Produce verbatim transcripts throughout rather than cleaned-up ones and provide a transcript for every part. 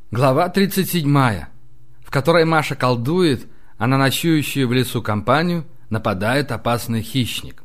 Глава тридцать седьмая, в которой Маша колдует, а на ночующую в лесу компанию нападает опасный хищник.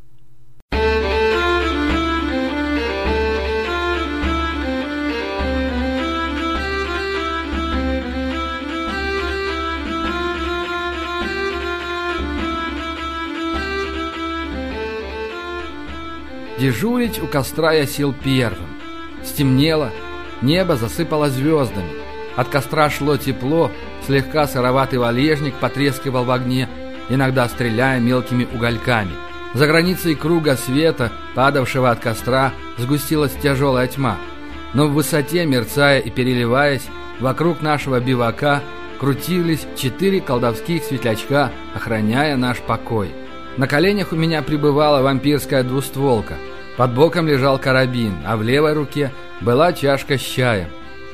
Дежурить у костра я сел первым. Стемнело. Небо засыпало звездами. От костра шло тепло, слегка сыроватый валежник потрескивал в огне, иногда стреляя мелкими угольками. За границей круга света, падавшего от костра, сгустилась тяжелая тьма. Но в высоте, мерцая и переливаясь, вокруг нашего бивака крутились четыре колдовских светлячка, охраняя наш покой. На коленях у меня пребывала вампирская двустволка. Под боком лежал карабин, а в левой руке была чашка с чаем.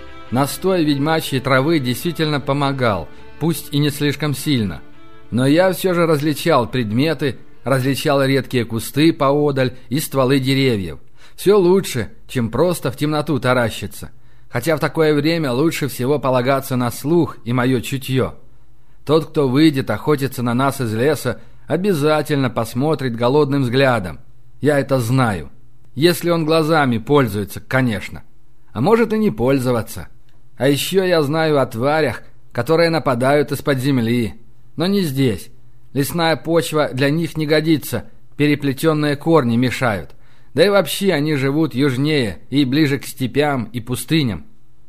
Настой ведьмачьей травы действительно помогал, пусть и не слишком сильно. Но я все же различал предметы, различал редкие кусты поодаль и стволы деревьев. Все лучше, чем просто в темноту таращиться. Хотя в такое время лучше всего полагаться на слух и мое чутье. Тот, кто выйдет охотиться на нас из леса, обязательно посмотрит голодным взглядом. Я это знаю. Если он глазами пользуется, конечно. А может и не пользоваться. А еще я знаю о тварях, которые нападают из-под земли. Но не здесь. Лесная почва для них не годится, переплетенные корни мешают. Да и вообще они живут южнее и ближе к степям и пустыням.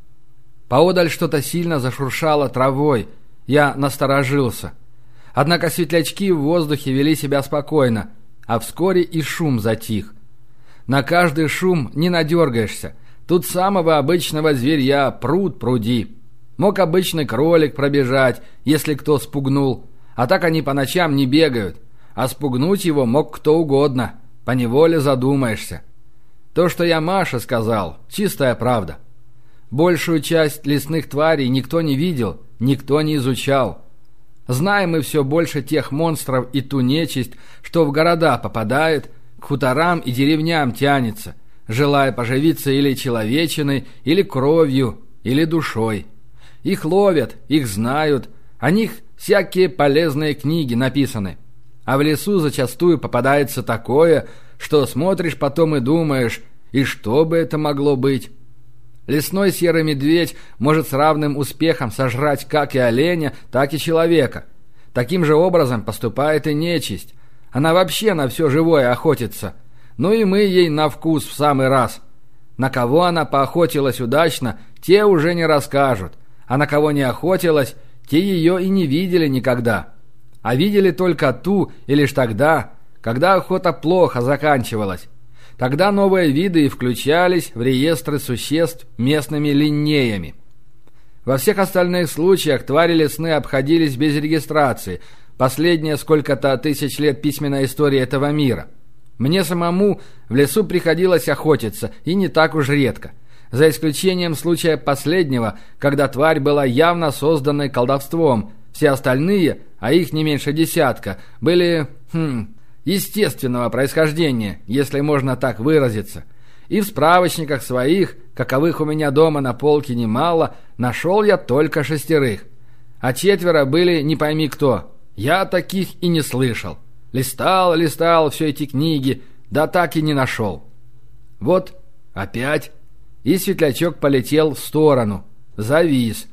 Поодаль что-то сильно зашуршало травой. Я насторожился. Однако светлячки в воздухе вели себя спокойно, а вскоре и шум затих. На каждый шум не надергаешься. Тут самого обычного зверья пруд пруди. Мог обычный кролик пробежать, если кто спугнул. А так они по ночам не бегают. А спугнуть его мог кто угодно. Поневоле задумаешься. То, что я Маше сказал, чистая правда. Большую часть лесных тварей никто не видел, никто не изучал. Знаем мы все больше тех монстров и ту нечисть, что в города попадает, к хуторам и деревням тянется, желая поживиться или человечиной, или кровью, или душой. Их ловят, их знают, о них всякие полезные книги написаны. А в лесу зачастую попадается такое, что смотришь потом и думаешь, и что бы это могло быть? Лесной серый медведь может с равным успехом сожрать как и оленя, так и человека. Таким же образом поступает и нечисть. Она вообще на все живое охотится. Ну и мы ей на вкус в самый раз. На кого она поохотилась удачно, те уже не расскажут. А на кого не охотилась, те ее и не видели никогда. А видели только ту и лишь тогда, когда охота плохо заканчивалась. Тогда новые виды и включались в реестры существ местными линнеями. Во всех остальных случаях твари лесные обходились без регистрации. Последние сколько-то тысяч лет письменной истории этого мира. Мне самому в лесу приходилось охотиться, и не так уж редко. За исключением случая последнего, когда тварь была явно созданной колдовством. Все остальные, а их не меньше десятка, были... Хм, естественного происхождения, если можно так выразиться. И в справочниках своих, каковых у меня дома на полке немало, нашел я только шестерых. А четверо были не пойми кто. Я таких и не слышал. Листал, листал все эти книги, да так и не нашел. Вот, опять. И светлячок полетел в сторону. Завис.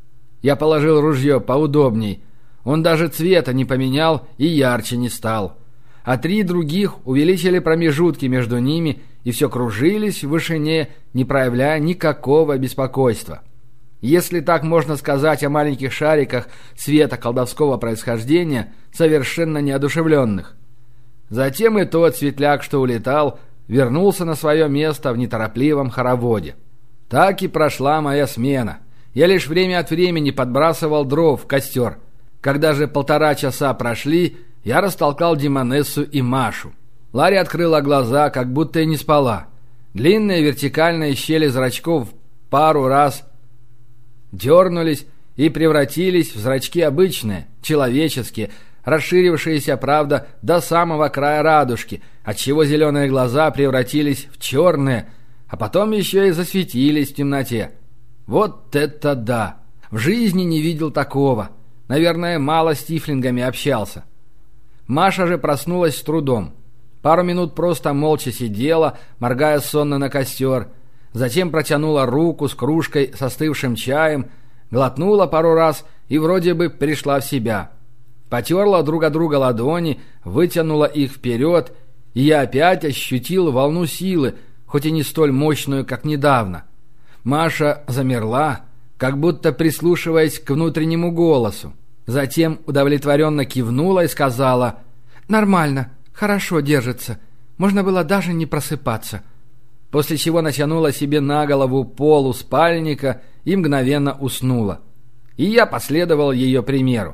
Я положил ружье поудобней. Он даже цвета не поменял и ярче не стал. А три других увеличили промежутки между ними и все кружились в вышине, не проявляя никакого беспокойства. Если так можно сказать о маленьких шариках света колдовского происхождения, совершенно неодушевленных. Затем и тот светляк, что улетал, вернулся на свое место в неторопливом хороводе. Так и прошла моя смена. Я лишь время от времени подбрасывал дров в костер. Когда же полтора часа прошли, я растолкал Демонессу и Машу. Ларри открыла глаза, как будто и не спала. Длинные вертикальные щели зрачков пару раз дернулись и превратились в зрачки обычные, человеческие, расширившиеся, правда, до самого края радужки, отчего зеленые глаза превратились в черные, а потом еще и засветились в темноте. Вот это да! В жизни не видел такого. Наверное, мало с тифлингами общался. Маша же проснулась с трудом. Пару минут просто молча сидела, моргая сонно на костер. Затем протянула руку с кружкой с остывшим чаем, глотнула пару раз и вроде бы пришла в себя. Потерла друг от друга ладони, вытянула их вперед, и я опять ощутил волну силы, хоть и не столь мощную, как недавно. Маша замерла, как будто прислушиваясь к внутреннему голосу. Затем удовлетворенно кивнула и сказала: «Нормально, хорошо держится. Можно было даже не просыпаться». После чего натянула себе на голову полу спальника и мгновенно уснула. И я последовал ее примеру.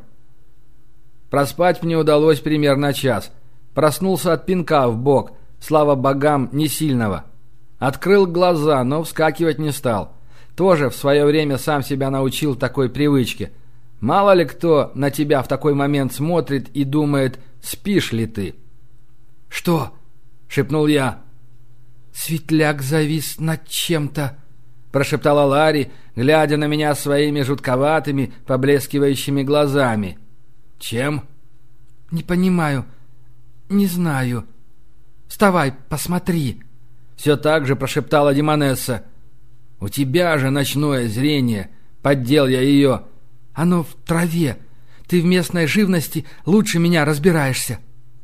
Проспать мне удалось примерно час. Проснулся от пинка в бок, слава богам, не сильного. Открыл глаза, но вскакивать не стал. Тоже в свое время сам себя научил такой привычке. Мало ли кто на тебя в такой момент смотрит и думает, спишь ли ты. «Что?» — шепнул я. «Светляк завис над чем-то», — прошептала Ларри, глядя на меня своими жутковатыми, поблескивающими глазами. «Чем?» «Не понимаю. Не знаю. Вставай, посмотри», — все так же прошептала Демонесса. «У тебя же ночное зрение», — поддел я ее. «Оно в траве. Ты в местной живности лучше меня разбираешься».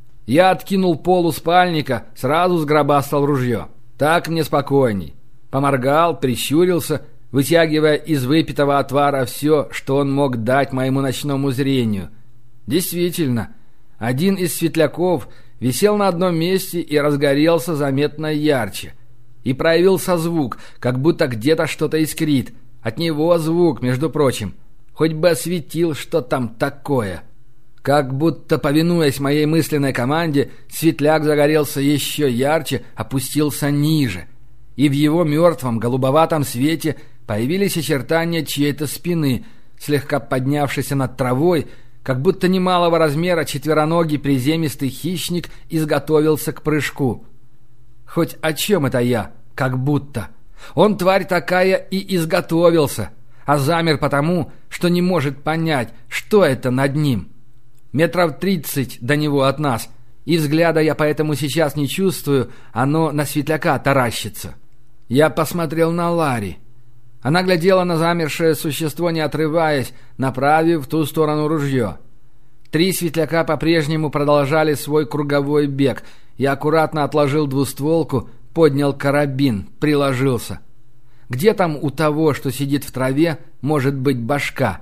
Я откинул полу спальника, сразу сгробастал ружье. Так мне спокойней. Поморгал, прищурился, вытягивая из выпитого отвара все, что он мог дать моему ночному зрению. Действительно, один из светляков висел на одном месте и разгорелся заметно ярче. И проявился звук, как будто где-то что-то искрит. От него звук, между прочим. Хоть бы осветил, что там такое. Как будто, повинуясь моей мысленной команде, светляк загорелся еще ярче, опустился ниже. И в его мертвом голубоватом свете появились очертания чьей-то спины, слегка поднявшейся над травой, как будто немалого размера четвероногий приземистый хищник изготовился к прыжку. Хоть о чем это я? Как будто. Он, тварь такая, и изготовился, а замер потому, что не может понять, что это над ним. Метров тридцать до него от нас, и взгляда я поэтому сейчас не чувствую, оно на светляка таращится. Я посмотрел на Ларри. Она глядела на замершее существо, не отрываясь, направив в ту сторону ружье. Три светляка по-прежнему продолжали свой круговой бег. Я аккуратно отложил двустволку, поднял карабин, приложился. Где там у того, что сидит в траве, может быть башка?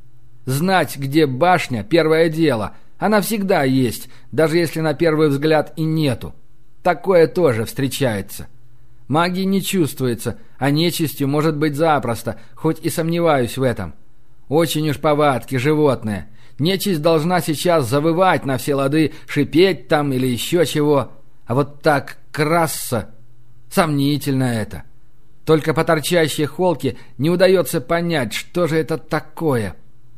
Знать, где башня, первое дело. Она всегда есть, даже если на первый взгляд и нету. Такое тоже встречается. Магии не чувствуется, а нечистью может быть запросто, хоть и сомневаюсь в этом. Очень уж повадки животные. Нечисть должна сейчас завывать на все лады, шипеть там или еще чего. А вот так красться, сомнительно это. Только по торчащей холке не удается понять, что же это такое.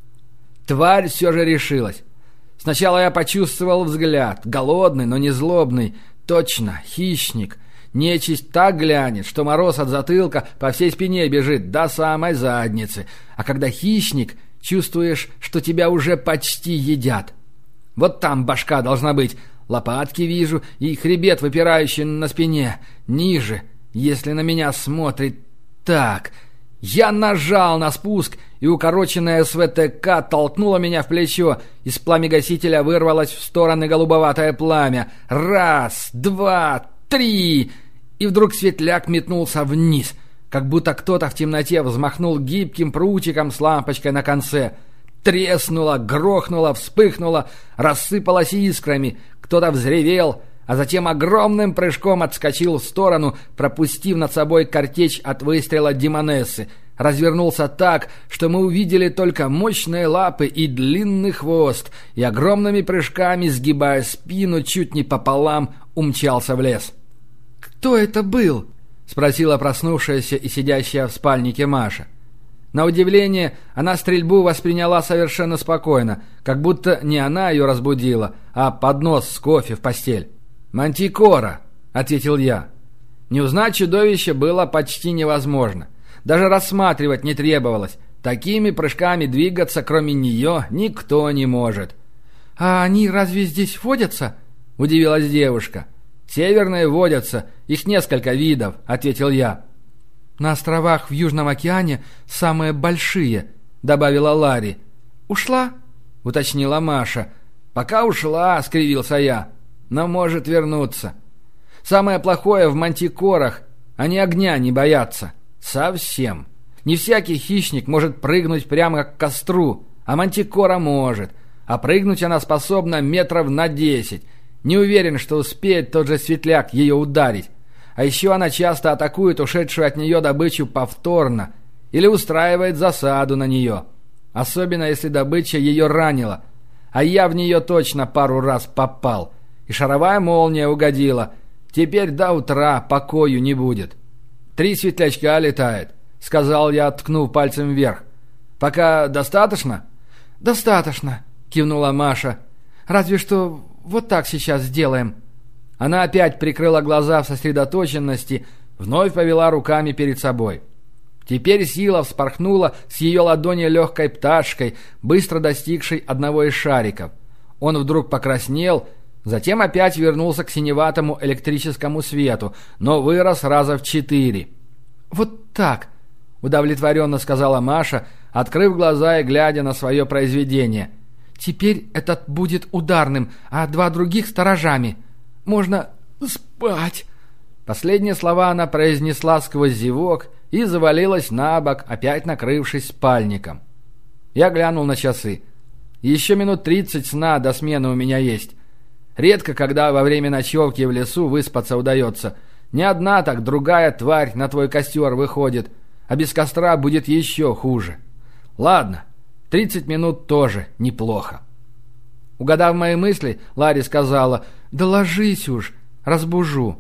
Тварь все же решилась. Сначала я почувствовал взгляд, голодный, но не злобный. Точно, хищник. Нечисть так глянет, что мороз от затылка по всей спине бежит до самой задницы. А когда хищник, чувствуешь, что тебя уже почти едят. Вот там башка должна быть. Лопатки вижу и хребет, выпирающий на спине. Ниже, если на меня смотрит. Так... Я нажал на спуск, и укороченная СВТК толкнула меня в плечо. Из пламегасителя вырвалось в стороны голубоватое пламя. Раз, два, три... И вдруг светляк метнулся вниз, как будто кто-то в темноте взмахнул гибким прутиком с лампочкой на конце. Треснуло, грохнуло, вспыхнуло, рассыпалось искрами. Кто-то взревел, а затем огромным прыжком отскочил в сторону, пропустив над собой картечь от выстрела Демонессы. Развернулся так, что мы увидели только мощные лапы и длинный хвост, и огромными прыжками, сгибая спину чуть не пополам, умчался в лес. «Кто это был?» — спросила проснувшаяся и сидящая в спальнике Маша. На удивление, она стрельбу восприняла совершенно спокойно, как будто не она ее разбудила, а поднос с кофе в постель. «Мантикора», — ответил я. Не узнать чудовище было почти невозможно. Даже рассматривать не требовалось. Такими прыжками двигаться, кроме нее, никто не может. «А они разве здесь водятся?» – удивилась девушка. «Северные водятся, их несколько видов», – ответил я. «На островах в Южном океане самые большие», – добавила Ларри. «Ушла?» – уточнила Маша. «Пока ушла», – скривился я, – «но может вернуться. Самое плохое в мантикорах – они огня не боятся. Совсем. Не всякий хищник может прыгнуть прямо к костру, а мантикора может. А прыгнуть она способна метров на десять. Не уверен, что успеет тот же светляк ее ударить. А еще она часто атакует ушедшую от нее добычу повторно или устраивает засаду на нее. Особенно, если добыча ее ранила. А я в нее точно пару раз попал. И шаровая молния угодила. Теперь до утра покою не будет. Три светлячка летает, сказал я, ткнув пальцем вверх. Пока достаточно? Достаточно, кивнула Маша. Разве что вот так сейчас сделаем. Она опять прикрыла глаза в сосредоточенности, вновь повела руками перед собой. Теперь сила вспорхнула с ее ладони легкой пташкой, быстро достигшей одного из шариков. Он вдруг покраснел, затем опять вернулся к синеватому электрическому свету, но вырос раза в четыре. «Вот так», — удовлетворенно сказала Маша, открыв глаза и глядя на свое произведение. «Теперь этот будет ударным, а два других сторожами. Можно спать». Последние слова она произнесла сквозь зевок и завалилась на бок, опять накрывшись спальником. Я глянул на часы. Еще минут тридцать сна до смены у меня есть. Редко, когда во время ночевки в лесу выспаться удается. Не одна, так другая тварь на твой костер выходит, а без костра будет еще хуже. Ладно, тридцать минут тоже неплохо. Угадав мои мысли, Ларри сказала: «Да ложись уж, разбужу».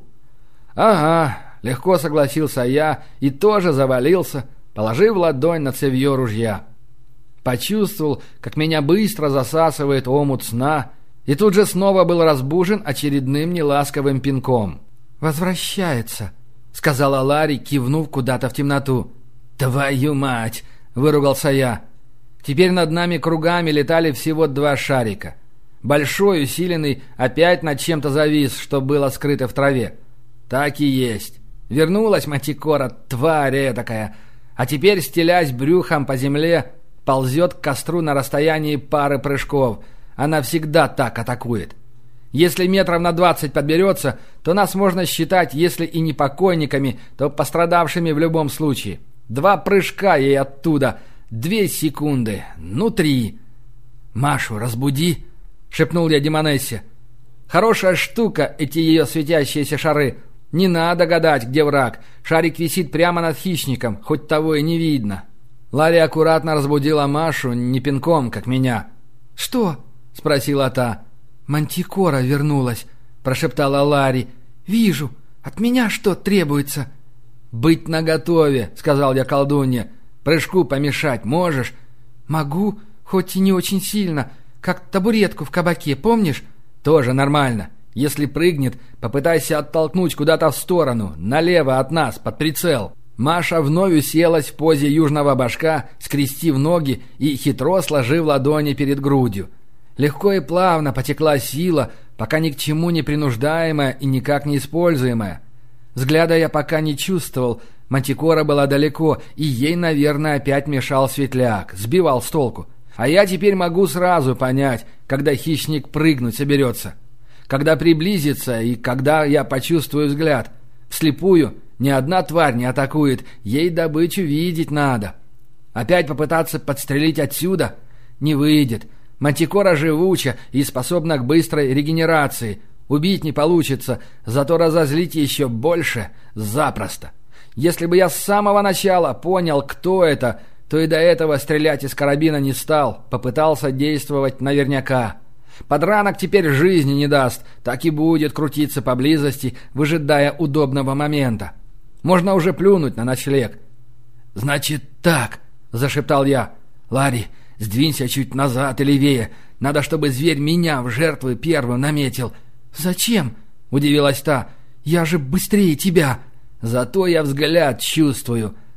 «Ага», — легко согласился я и тоже завалился, положив ладонь на цевьё ружья. Почувствовал, как меня быстро засасывает омут сна, и тут же снова был разбужен очередным неласковым пинком. «Возвращается», — сказала Ларри, кивнув куда-то в темноту. «Твою мать!» — выругался я. Теперь над нами кругами летали всего два шарика. Большой, усиленный, опять над чем-то завис, что было скрыто в траве. Так и есть. Вернулась мантикора, тварь этакая, а теперь, стелясь брюхом по земле, ползет к костру на расстоянии пары прыжков. Она всегда так атакует. Если метров на двадцать подберется, то нас можно считать, если и не покойниками, то пострадавшими в любом случае. Два прыжка ей оттуда, две секунды, ну три. «Машу разбуди», — шепнул я Демонессе. «Хорошая штука эти ее светящиеся шары. Не надо гадать, где враг. Шарик висит прямо над хищником, хоть того и не видно». Ларри аккуратно разбудила Машу, не пинком, как меня. «Что?» — спросила та. «Мантикора вернулась», — прошептала Ларри. «Вижу. От меня что требуется?» «Быть наготове», — сказал я колдунье. «Прыжку помешать можешь?» «Могу, хоть и не очень сильно. Как табуретку в кабаке, помнишь?» «Тоже нормально. Если прыгнет, попытайся оттолкнуть куда-то в сторону, налево от нас, под прицел». Маша вновь уселась в позе южного башка, скрестив ноги и хитро сложив ладони перед грудью. Легко и плавно потекла сила, пока ни к чему не принуждаемая и никак не используемая. Взгляда я пока не чувствовал, мантикора была далеко, и ей, наверное, опять мешал светляк, сбивал с толку. А я теперь могу сразу понять, когда хищник прыгнуть соберется. Когда приблизится и когда я почувствую взгляд. Вслепую ни одна тварь не атакует, ей добычу видеть надо. Опять попытаться подстрелить отсюда не выйдет. Мантикора живуча и способна к быстрой регенерации. Убить не получится, зато разозлить еще больше запросто. Если бы я с самого начала понял, кто это, то и до этого стрелять из карабина не стал, попытался действовать наверняка. Подранок теперь жизни не даст, так и будет крутиться поблизости, выжидая удобного момента. Можно уже плюнуть на ночлег. «Значит так», — зашептал я. «Ларри, сдвинься чуть назад и левее. Надо, чтобы зверь меня в жертвы первым наметил». «Зачем?» — удивилась та. «Я же быстрее тебя». «Зато я взгляд чувствую», —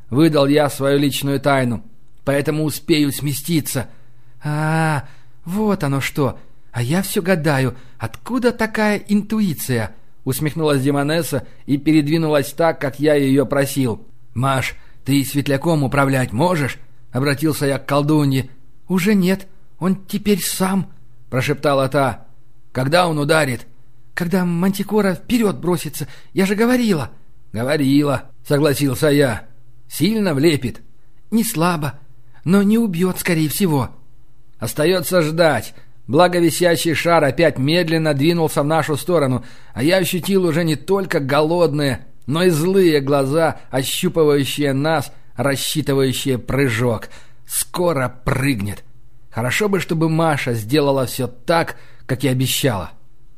выдал я свою личную тайну. «Поэтому успею сместиться». «А, вот оно что! А я все гадаю, откуда такая интуиция?» Усмехнулась Демонесса и передвинулась так, как я ее просил. «Маш, ты светляком управлять можешь?» — обратился я к колдунье. «Уже нет, он теперь сам», — прошептала та. «Когда он ударит?» «Когда Мантикора вперед бросится, я же говорила». «Говорила», — согласился я. «Сильно влепит?» «Не слабо, но не убьет, скорее всего». Остается ждать. Благо висящий шар опять медленно двинулся в нашу сторону, а я ощутил уже не только голодные, но и злые глаза, ощупывающие нас, рассчитывающие прыжок. Скоро прыгнет. Хорошо бы, чтобы Маша сделала все так, как и обещала.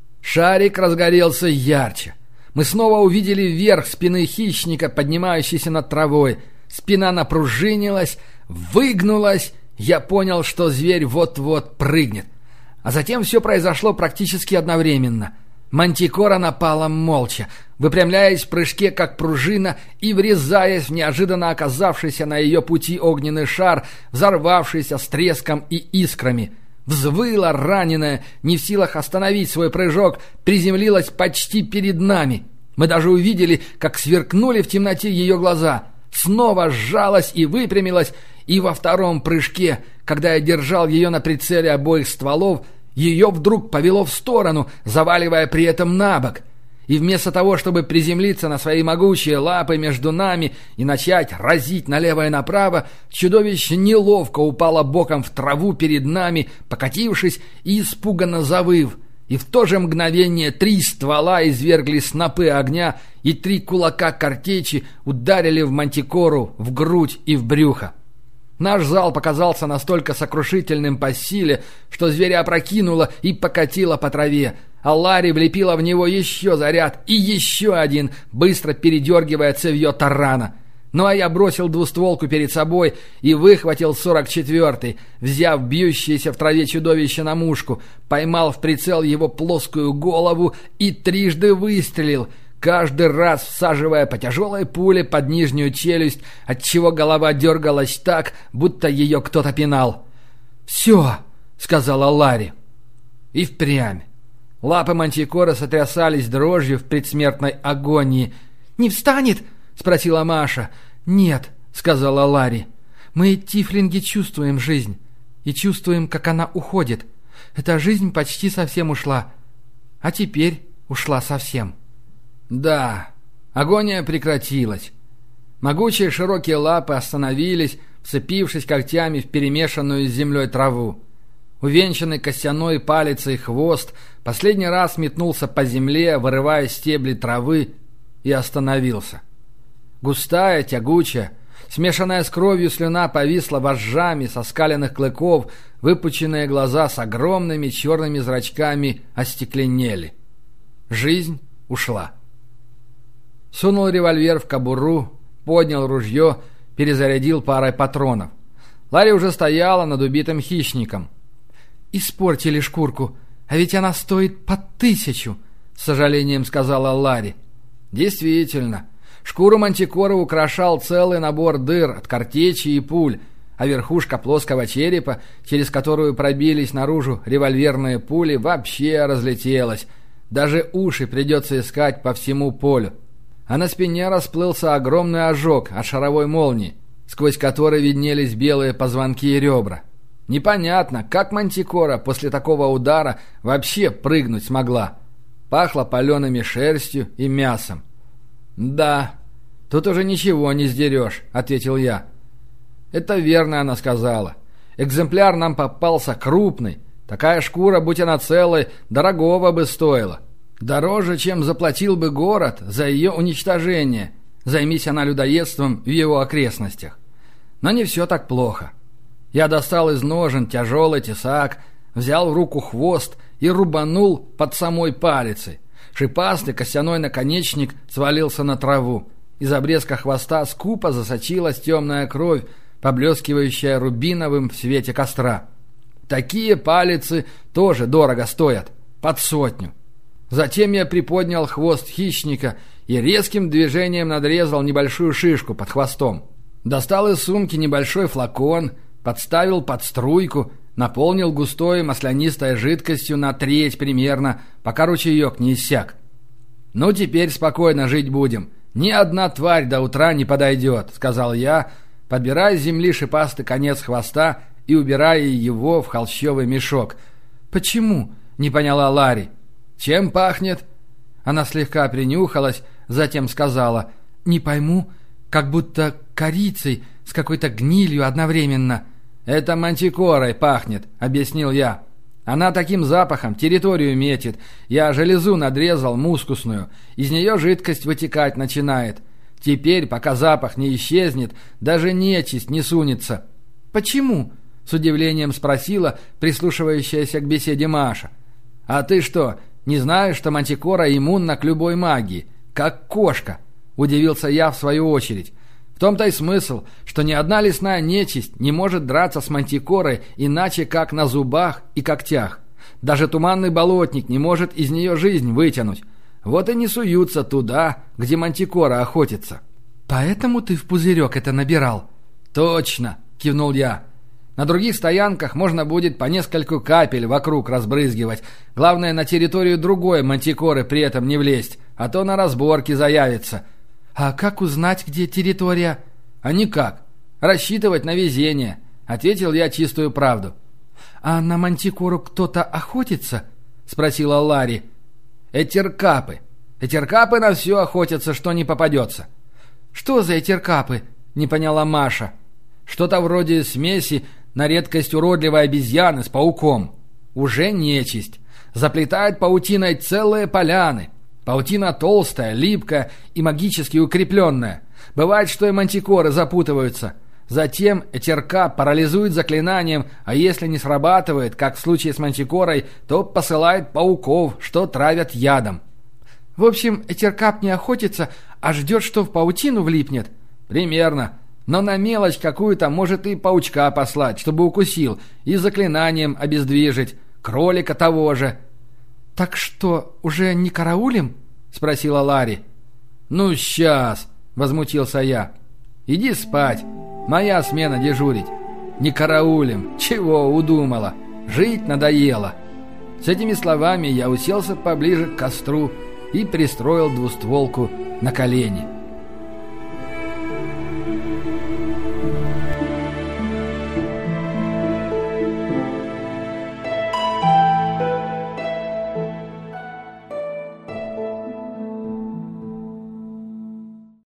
Шарик разгорелся ярче. Мы снова увидели верх спины хищника, поднимающийся над травой. Спина напружинилась, выгнулась. Я понял, что зверь вот-вот прыгнет. А затем все произошло практически одновременно. Мантикора напала молча, выпрямляясь в прыжке, как пружина, и врезаясь в неожиданно оказавшийся на ее пути огненный шар, взорвавшийся с треском и искрами. Взвыла раненая, не в силах остановить свой прыжок, приземлилась почти перед нами. Мы даже увидели, как сверкнули в темноте ее глаза. Снова сжалась и выпрямилась, и во втором прыжке, когда я держал ее на прицеле обоих стволов, ее вдруг повело в сторону, заваливая при этом на бок. И вместо того, чтобы приземлиться на свои могучие лапы между нами и начать разить налево и направо, чудовище неловко упало боком в траву перед нами, покатившись и испуганно завыв. И в то же мгновение три ствола извергли снопы огня, и три кулака картечи ударили в Мантикору в грудь и в брюхо. Наш залп показался настолько сокрушительным по силе, что зверя опрокинуло и покатило по траве, а Ларри влепила в него еще заряд и еще один, быстро передергивая цевьё тарана. Ну а я бросил двустволку перед собой и выхватил сорок четвёртый, взяв бьющееся в траве чудовище на мушку, поймал в прицел его плоскую голову и трижды выстрелил, каждый раз всаживая по тяжелой пуле под нижнюю челюсть, отчего голова дергалась так, будто ее кто-то пинал. «Все!» — сказала Ларри. И впрямь. Лапы Мантикоры сотрясались дрожью в предсмертной агонии. «Не встанет?» — спросила Маша. «Нет», — сказала Ларри. «Мы, тифлинги, чувствуем жизнь. И чувствуем, как она уходит. Эта жизнь почти совсем ушла. А теперь ушла совсем». Да, агония прекратилась. Могучие широкие лапы остановились, вцепившись когтями в перемешанную с землей траву. Увенчанный костяной палицей хвост последний раз метнулся по земле, вырывая стебли травы, и остановился. Густая, тягучая, смешанная с кровью слюна повисла вожжами со скаленных клыков, выпученные глаза с огромными черными зрачками остекленели. Жизнь ушла. Сунул револьвер в кобуру, поднял ружье, перезарядил парой патронов. Ларри уже стояла над убитым хищником. «Испортили шкурку, а ведь она стоит по тысячу», — с сожалением сказала Ларри. Действительно, шкуру Мантикоры украшал целый набор дыр от картечи и пуль, а верхушка плоского черепа, через которую пробились наружу револьверные пули, вообще разлетелась. Даже уши придется искать по всему полю. А на спине расплылся огромный ожог от шаровой молнии, сквозь который виднелись белые позвонки и ребра. Непонятно, как Мантикора после такого удара вообще прыгнуть смогла. Пахло палеными шерстью и мясом. «Да, тут уже ничего не сдерешь», — ответил я. «Это верно она сказала. Экземпляр нам попался крупный. Такая шкура, будь она целой, дорогого бы стоила. Дороже, чем заплатил бы город за ее уничтожение, займись она людоедством в его окрестностях. Но не все так плохо. Я достал из ножен тяжелый тесак, взял в руку хвост и рубанул под самой палицей. Шипастый костяной наконечник свалился на траву. Из обрезка хвоста скупо засочилась темная кровь, поблескивающая рубиновым в свете костра. Такие палицы тоже дорого стоят, под сотню. Затем я приподнял хвост хищника и резким движением надрезал небольшую шишку под хвостом. Достал из сумки небольшой флакон, подставил под струйку, наполнил густой маслянистой жидкостью на треть примерно, пока ручеек не иссяк. «Ну, теперь спокойно жить будем. Ни одна тварь до утра не подойдет», — сказал я, подбирая с земли шипастый конец хвоста и убирая его в холщовый мешок. «Почему?» — не поняла Ларри. «Чем пахнет?» Она слегка принюхалась, затем сказала: «Не пойму, как будто корицей с какой-то гнилью одновременно». «Это мантикорой пахнет», — объяснил я. «Она таким запахом территорию метит. Я железу надрезал мускусную. Из нее жидкость вытекать начинает. Теперь, пока запах не исчезнет, даже нечисть не сунется». «Почему?» — с удивлением спросила прислушивающаяся к беседе Маша. «А ты что, не знаешь, что мантикора иммунна к любой магии? Как кошка?» — удивился я в свою очередь. В том-то и смысл, что ни одна лесная нечисть не может драться с мантикорой иначе, как на зубах и когтях. Даже туманный болотник не может из нее жизнь вытянуть. Вот и не суются туда, где мантикора охотится. «Поэтому ты в пузырек это набирал?» «Точно!» — кивнул я. «На других стоянках можно будет по нескольку капель вокруг разбрызгивать. Главное, на территорию другой мантикоры при этом не влезть, а то на разборке заявится». «А как узнать, где территория?» «А никак. Рассчитывать на везение», — ответил я чистую правду. «А на мантикору кто-то охотится?» — спросила Ларри. «Этеркапы. Этеркапы на все охотятся, что не попадется». «Что за этеркапы?» — не поняла Маша. «Что-то вроде смеси на редкость уродливой обезьяны с пауком. Уже нечисть. Заплетает паутиной целые поляны. Паутина толстая, липкая и магически укрепленная. Бывает, что и мантикоры запутываются. Затем этеркап парализует заклинанием, а если не срабатывает, как в случае с мантикорой, то посылает пауков, что травят ядом». «В общем, этеркап не охотится, а ждет, что в паутину влипнет?» «Примерно. Но на мелочь какую-то может и паучка послать, чтобы укусил, и заклинанием обездвижить. Кролика того же». «Так что, уже не караулим?» — спросила Ларри. «Ну, сейчас!» — возмутился я. «Иди спать. Моя смена дежурить. Не караулим. Чего удумала? Жить надоело». С этими словами я уселся поближе к костру и пристроил двустволку на колени.